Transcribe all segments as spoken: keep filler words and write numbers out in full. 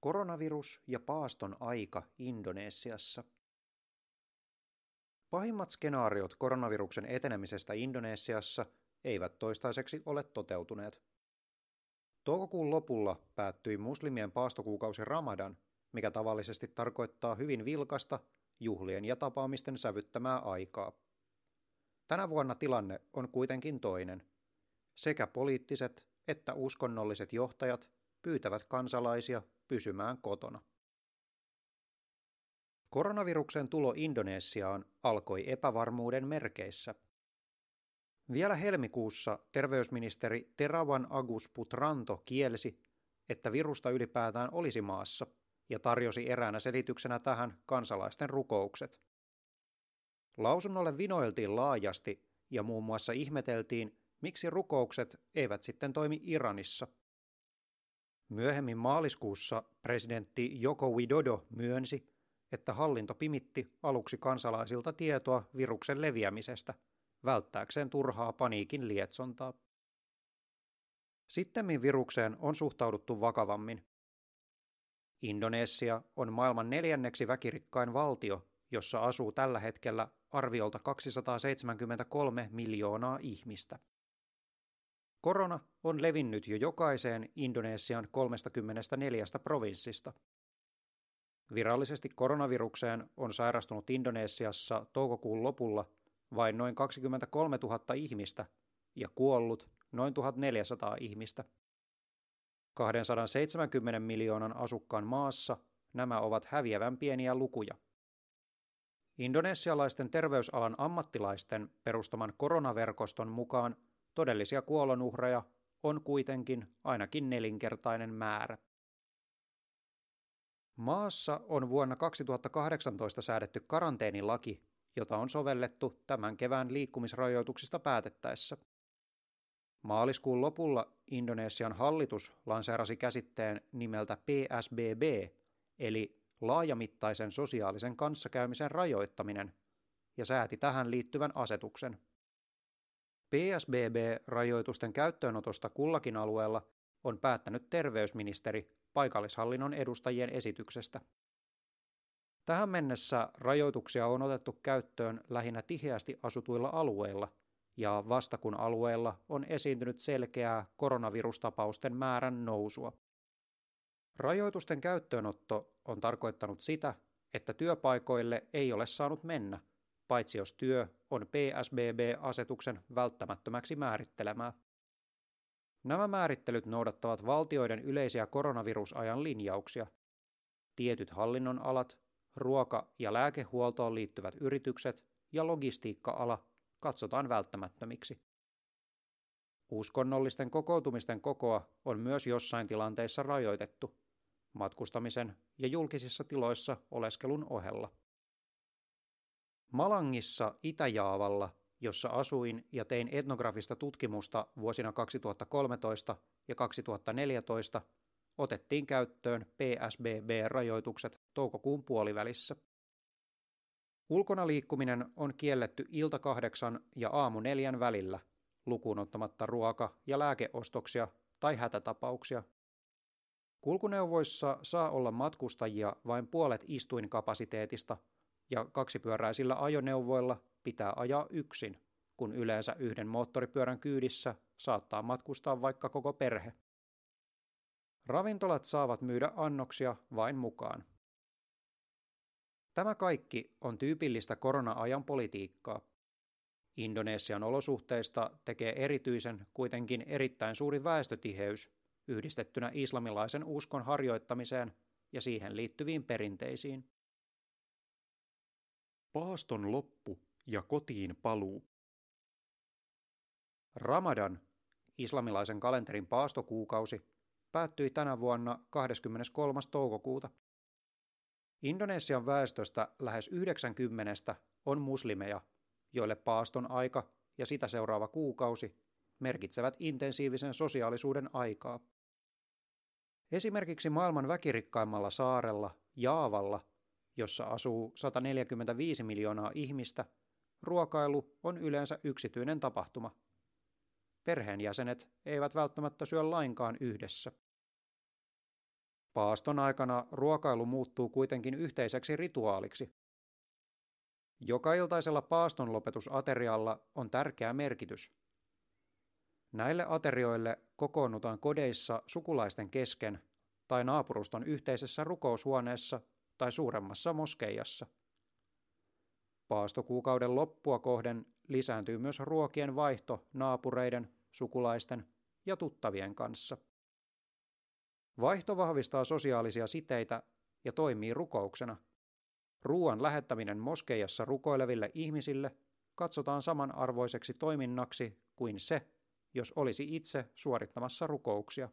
Koronavirus ja paaston aika Indonesiassa. Pahimmat skenaariot koronaviruksen etenemisestä Indonesiassa eivät toistaiseksi ole toteutuneet. Toukokuun lopulla päättyi muslimien paastokuukausi Ramadan, mikä tavallisesti tarkoittaa hyvin vilkasta, juhlien ja tapaamisten sävyttämää aikaa. Tänä vuonna tilanne on kuitenkin toinen. Sekä poliittiset että uskonnolliset johtajat pyytävät kansalaisia pysymään kotona. Koronaviruksen tulo Indonesiaan alkoi epävarmuuden merkeissä. Vielä helmikuussa terveysministeri Terawan Agus Putranto kielsi, että virusta ylipäätään olisi maassa, ja tarjosi eräänä selityksenä tähän kansalaisten rukoukset. Lausunnolle vinoiltiin laajasti ja muun muassa ihmeteltiin, miksi rukoukset eivät sitten toimi Iranissa. Myöhemmin maaliskuussa presidentti Joko Widodo myönsi, että hallinto pimitti aluksi kansalaisilta tietoa viruksen leviämisestä, välttääkseen turhaa paniikin lietsontaa. Sittemmin virukseen on suhtauduttu vakavammin. Indonesia on maailman neljänneksi väkirikkain valtio, jossa asuu tällä hetkellä arviolta kaksisataaseitsemänkymmentäkolme miljoonaa ihmistä. Korona on levinnyt jo jokaiseen Indonesian kolmekymmentäneljä provinssista. Virallisesti koronavirukseen on sairastunut Indonesiassa toukokuun lopulla vain noin kaksikymmentäkolmetuhatta ihmistä ja kuollut noin tuhatneljäsataa ihmistä. kaksisataaseitsemänkymmentä miljoonan asukkaan maassa nämä ovat häviävän pieniä lukuja. Indonesialaisten terveysalan ammattilaisten perustaman koronaverkoston mukaan todellisia kuolonuhreja on kuitenkin ainakin nelinkertainen määrä. Maassa on vuonna kaksituhattakahdeksantoista säädetty karanteenilaki, jota on sovellettu tämän kevään liikkumisrajoituksista päätettäessä. Maaliskuun lopulla Indonesian hallitus lanseerasi käsitteen nimeltä P S B B, eli laajamittaisen sosiaalisen kanssakäymisen rajoittaminen, ja sääti tähän liittyvän asetuksen. P S B B-rajoitusten käyttöönotosta kullakin alueella on päättänyt terveysministeri paikallishallinnon edustajien esityksestä. Tähän mennessä rajoituksia on otettu käyttöön lähinnä tiheästi asutuilla alueilla, ja vasta kun alueella on esiintynyt selkeää koronavirustapausten määrän nousua. Rajoitusten käyttöönotto on tarkoittanut sitä, että työpaikoille ei ole saanut mennä, paitsi jos työ on P S B B-asetuksen välttämättömäksi määrittelemää. Nämä määrittelyt noudattavat valtioiden yleisiä koronavirusajan linjauksia. Tietyt hallinnonalat, ruoka- ja lääkehuoltoon liittyvät yritykset ja logistiikka-ala katsotaan välttämättömiksi. Uskonnollisten kokoontumisten kokoa on myös jossain tilanteissa rajoitettu, matkustamisen ja julkisissa tiloissa oleskelun ohella. Malangissa Itä-Jaavalla, jossa asuin ja tein etnografista tutkimusta vuosina kaksituhattakolmetoista ja kaksituhattaneljätoista, otettiin käyttöön P S B B-rajoitukset toukokuun puolivälissä. Ulkona liikkuminen on kielletty ilta kahdeksan ja aamu neljän välillä, lukuun ottamatta ruoka- ja lääkeostoksia tai hätätapauksia. Kulkuneuvoissa saa olla matkustajia vain puolet istuinkapasiteetista, ja kaksipyöräisillä ajoneuvoilla pitää ajaa yksin, kun yleensä yhden moottoripyörän kyydissä saattaa matkustaa vaikka koko perhe. Ravintolat saavat myydä annoksia vain mukaan. Tämä kaikki on tyypillistä korona-ajan politiikkaa. Indonesian olosuhteista tekee erityisen kuitenkin erittäin suuri väestötiheys yhdistettynä islamilaisen uskon harjoittamiseen ja siihen liittyviin perinteisiin. Paaston loppu ja kotiin paluu. Ramadan, islamilaisen kalenterin paastokuukausi, päättyi tänä vuonna kahdeskymmeneskolmas toukokuuta. Indonesian väestöstä lähes yhdeksänkymmentä on muslimeja, joille paaston aika ja sitä seuraava kuukausi merkitsevät intensiivisen sosiaalisuuden aikaa. Esimerkiksi maailman väkirikkaimmalla saarella, Jaavalla, jossa asuu sata neljäkymmentäviisi miljoonaa ihmistä, ruokailu on yleensä yksityinen tapahtuma. Perheenjäsenet eivät välttämättä syö lainkaan yhdessä. Paaston aikana ruokailu muuttuu kuitenkin yhteiseksi rituaaliksi. Joka iltaisella paastonlopetusaterialla on tärkeä merkitys. Näille aterioille kokoonnutaan kodeissa sukulaisten kesken tai naapuruston yhteisessä rukoushuoneessa tai suuremmassa moskeijassa. Paastokuukauden loppua kohden lisääntyy myös ruokien vaihto naapureiden, sukulaisten ja tuttavien kanssa. Vaihto vahvistaa sosiaalisia siteitä ja toimii rukouksena. Ruuan lähettäminen moskeijassa rukoileville ihmisille katsotaan samanarvoiseksi toiminnaksi kuin se, jos olisi itse suorittamassa rukouksia.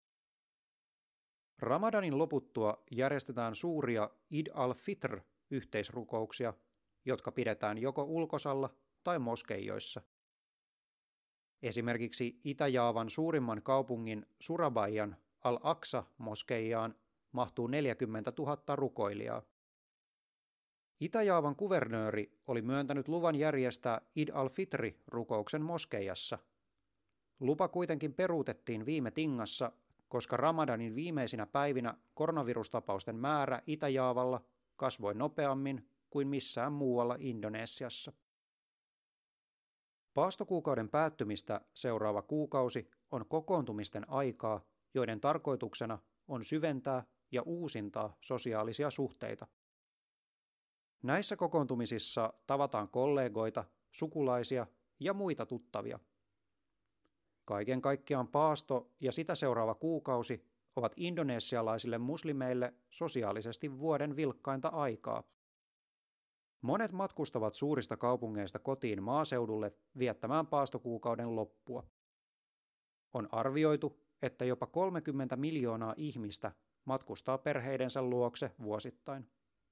Ramadanin loputtua järjestetään suuria Id al-Fitr-yhteisrukouksia, jotka pidetään joko ulkosalla tai moskeijoissa. Esimerkiksi Itä-Jaavan suurimman kaupungin Surabayan Al-Aqsa-moskeijaan mahtuu neljäkymmentätuhatta rukoilijaa. Itä-Jaavan kuvernööri oli myöntänyt luvan järjestää Id al-Fitri-rukouksen moskeijassa. Lupa kuitenkin peruutettiin viime tingassa, koska Ramadanin viimeisinä päivinä koronavirustapausten määrä Itä-Jaavalla kasvoi nopeammin kuin missään muualla Indonesiassa. Paastokuukauden päättymistä seuraava kuukausi on kokoontumisten aikaa, joiden tarkoituksena on syventää ja uusintaa sosiaalisia suhteita. Näissä kokoontumisissa tavataan kollegoita, sukulaisia ja muita tuttavia. Kaiken kaikkiaan paasto ja sitä seuraava kuukausi ovat indonesialaisille muslimeille sosiaalisesti vuoden vilkkainta aikaa. Monet matkustavat suurista kaupungeista kotiin maaseudulle viettämään paastokuukauden loppua. On arvioitu, että jopa kolmekymmentä miljoonaa ihmistä matkustaa perheidensä luokse vuosittain.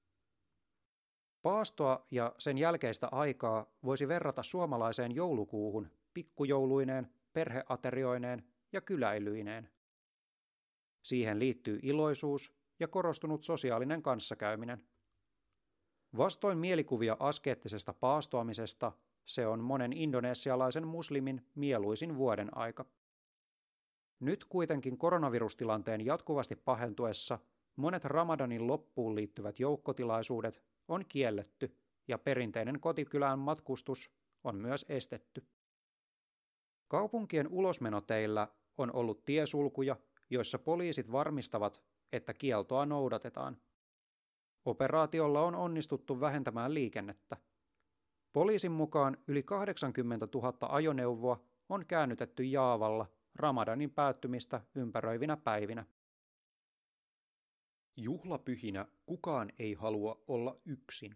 Paastoa ja sen jälkeistä aikaa voisi verrata suomalaiseen joulukuuhun pikkujouluineen, perheaterioineen ja kyläilyineen. Siihen liittyy iloisuus ja korostunut sosiaalinen kanssakäyminen. Vastoin mielikuvia askeettisesta paastoamisesta se on monen indonesialaisen muslimin mieluisin vuoden aika. Nyt kuitenkin koronavirustilanteen jatkuvasti pahentuessa monet Ramadanin loppuun liittyvät joukkotilaisuudet on kielletty ja perinteinen kotikylään matkustus on myös estetty. Kaupunkien ulosmenoteillä on ollut tiesulkuja, joissa poliisit varmistavat, että kieltoa noudatetaan. Operaatiolla on onnistuttu vähentämään liikennettä. Poliisin mukaan yli kahdeksankymmentätuhatta ajoneuvoa on käännytetty Jaavalla Ramadanin päättymistä ympäröivinä päivinä. Juhlapyhinä kukaan ei halua olla yksin.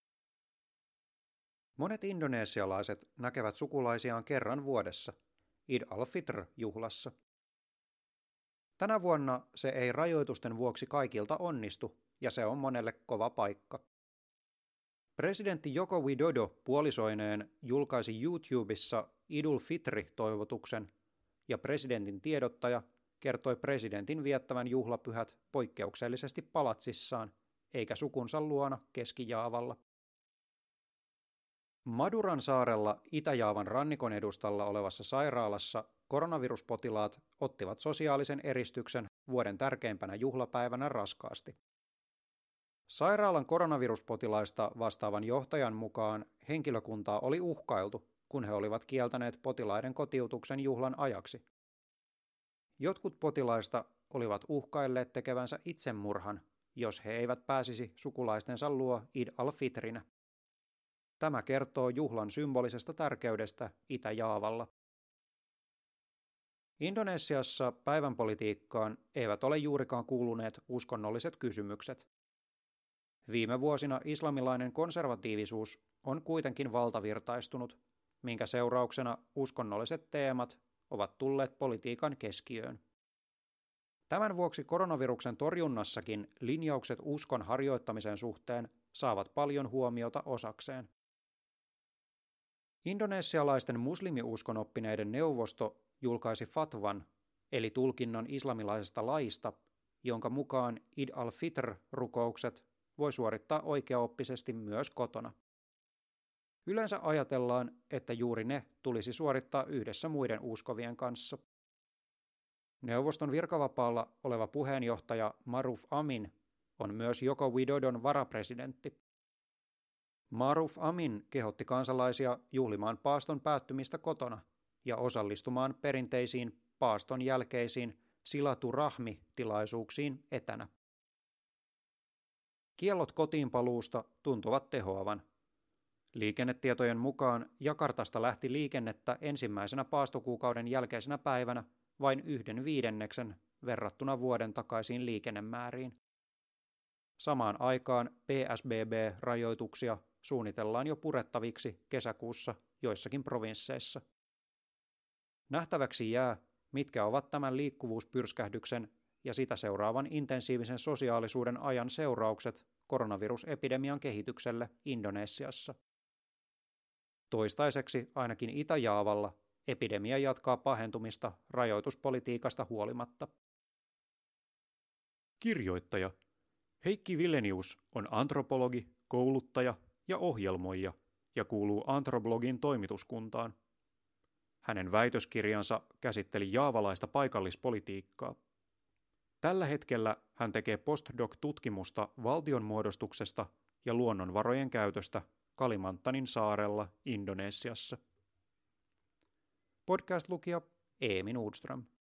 Monet indonesialaiset näkevät sukulaisiaan kerran vuodessa, Id al-Fitr-juhlassa. Tänä vuonna se ei rajoitusten vuoksi kaikilta onnistu, ja se on monelle kova paikka. Presidentti Joko Widodo puolisoineen julkaisi YouTubessa Idul Fitri-toivotuksen, ja presidentin tiedottaja kertoi presidentin viettävän juhlapyhät poikkeuksellisesti palatsissaan, eikä sukunsa luona Keski-Jaavalla. Maduran saarella Itä-Jaavan rannikon edustalla olevassa sairaalassa koronaviruspotilaat ottivat sosiaalisen eristyksen vuoden tärkeimpänä juhlapäivänä raskaasti. Sairaalan koronaviruspotilaista vastaavan johtajan mukaan henkilökuntaa oli uhkailtu, kun he olivat kieltäneet potilaiden kotiutuksen juhlan ajaksi. Jotkut potilaista olivat uhkailleet tekevänsä itsemurhan, jos he eivät pääsisi sukulaistensa luo Id al-Fitrinä. Tämä kertoo juhlan symbolisesta tärkeydestä Itä-Jaavalla. Indonesiassa päivänpolitiikkaan eivät ole juurikaan kuuluneet uskonnolliset kysymykset. Viime vuosina islamilainen konservatiivisuus on kuitenkin valtavirtaistunut, minkä seurauksena uskonnolliset teemat ovat tulleet politiikan keskiöön. Tämän vuoksi koronaviruksen torjunnassakin linjaukset uskon harjoittamisen suhteen saavat paljon huomiota osakseen. Indonesialaisten muslimiuskonoppineiden neuvosto julkaisi fatwan, eli tulkinnon islamilaisesta laista, jonka mukaan Id al-Fitr-rukoukset voi suorittaa oikeaoppisesti myös kotona. Yleensä ajatellaan, että juuri ne tulisi suorittaa yhdessä muiden uskovien kanssa. Neuvoston virkavapaalla oleva puheenjohtaja Maruf Amin on myös Joko Widodon varapresidentti. Maruf Amin kehotti kansalaisia juhlimaan paaston päättymistä kotona ja osallistumaan perinteisiin paaston jälkeisiin Silatu Rahmi-tilaisuuksiin etänä. Kiellot kotiinpaluusta tuntuvat tehoavan. Liikennetietojen mukaan Jakartasta lähti liikennettä ensimmäisenä paastokuukauden jälkeisenä päivänä vain yhden viidenneksen verrattuna vuoden takaisiin liikennemääriin. Samaan aikaan P S B B-rajoituksia suunnitellaan jo purettaviksi kesäkuussa joissakin provinsseissa. Nähtäväksi jää, mitkä ovat tämän liikkuvuuspyrskähdyksen ja sitä seuraavan intensiivisen sosiaalisuuden ajan seuraukset koronavirusepidemian kehitykselle Indonesiassa. Toistaiseksi ainakin Itä-Jaavalla epidemia jatkaa pahentumista rajoituspolitiikasta huolimatta. Kirjoittaja Heikki Villenius on antropologi, kouluttaja ja ohjelmoija ja kuuluu Antroblogin toimituskuntaan. Hänen väitöskirjansa käsitteli jaavalaista paikallispolitiikkaa. Tällä hetkellä hän tekee postdoc-tutkimusta valtionmuodostuksesta ja luonnonvarojen käytöstä Kalimantanin saarella Indonesiassa. Podcast-lukija Eemi Nordström.